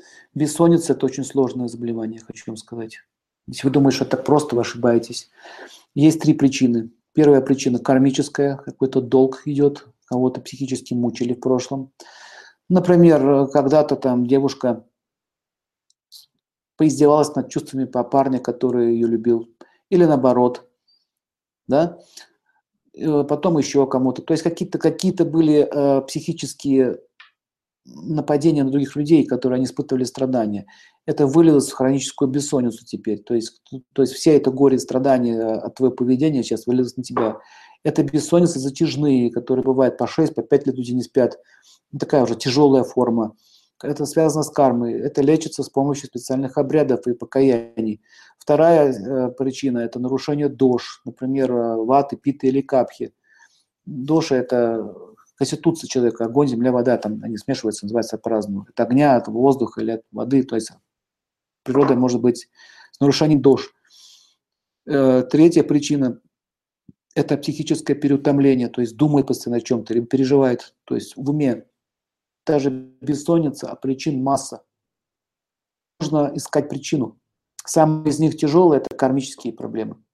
Бессонница – это очень сложное заболевание, хочу вам сказать. Если вы думаете, что это так просто, вы ошибаетесь. Есть 3 причины. Первая причина – кармическая, какой-то долг идет, кого-то психически мучили в прошлом. Например, когда-то там девушка поиздевалась над чувствами по парня, который ее любил, или наоборот, да, потом еще кому-то. То есть какие-то были психические нападения на других людей, которые они испытывали страдания. Это вылилось в хроническую бессонницу теперь. То есть вся эта горе и страдания от твоего поведения сейчас вылилось на тебя. Это бессонницы затяжные, которые бывают по 6, по 5 лет люди не спят. Такая уже тяжелая форма. Это связано с кармой. Это лечится с помощью специальных обрядов и покаяний. Вторая причина – это нарушение дош, например, ваты, питы или капхи. Доша – это конституция человека, огонь, земля, вода, там они смешиваются, называются по-разному. От огня, от воздуха или от воды, то есть природа может быть с нарушением дош. Третья причина – это психическое переутомление, то есть думает постоянно о чем-то, либо переживает, то есть в уме. Даже бессонница, а причин масса. Нужно искать причину. Самые из них тяжелые – это кармические проблемы.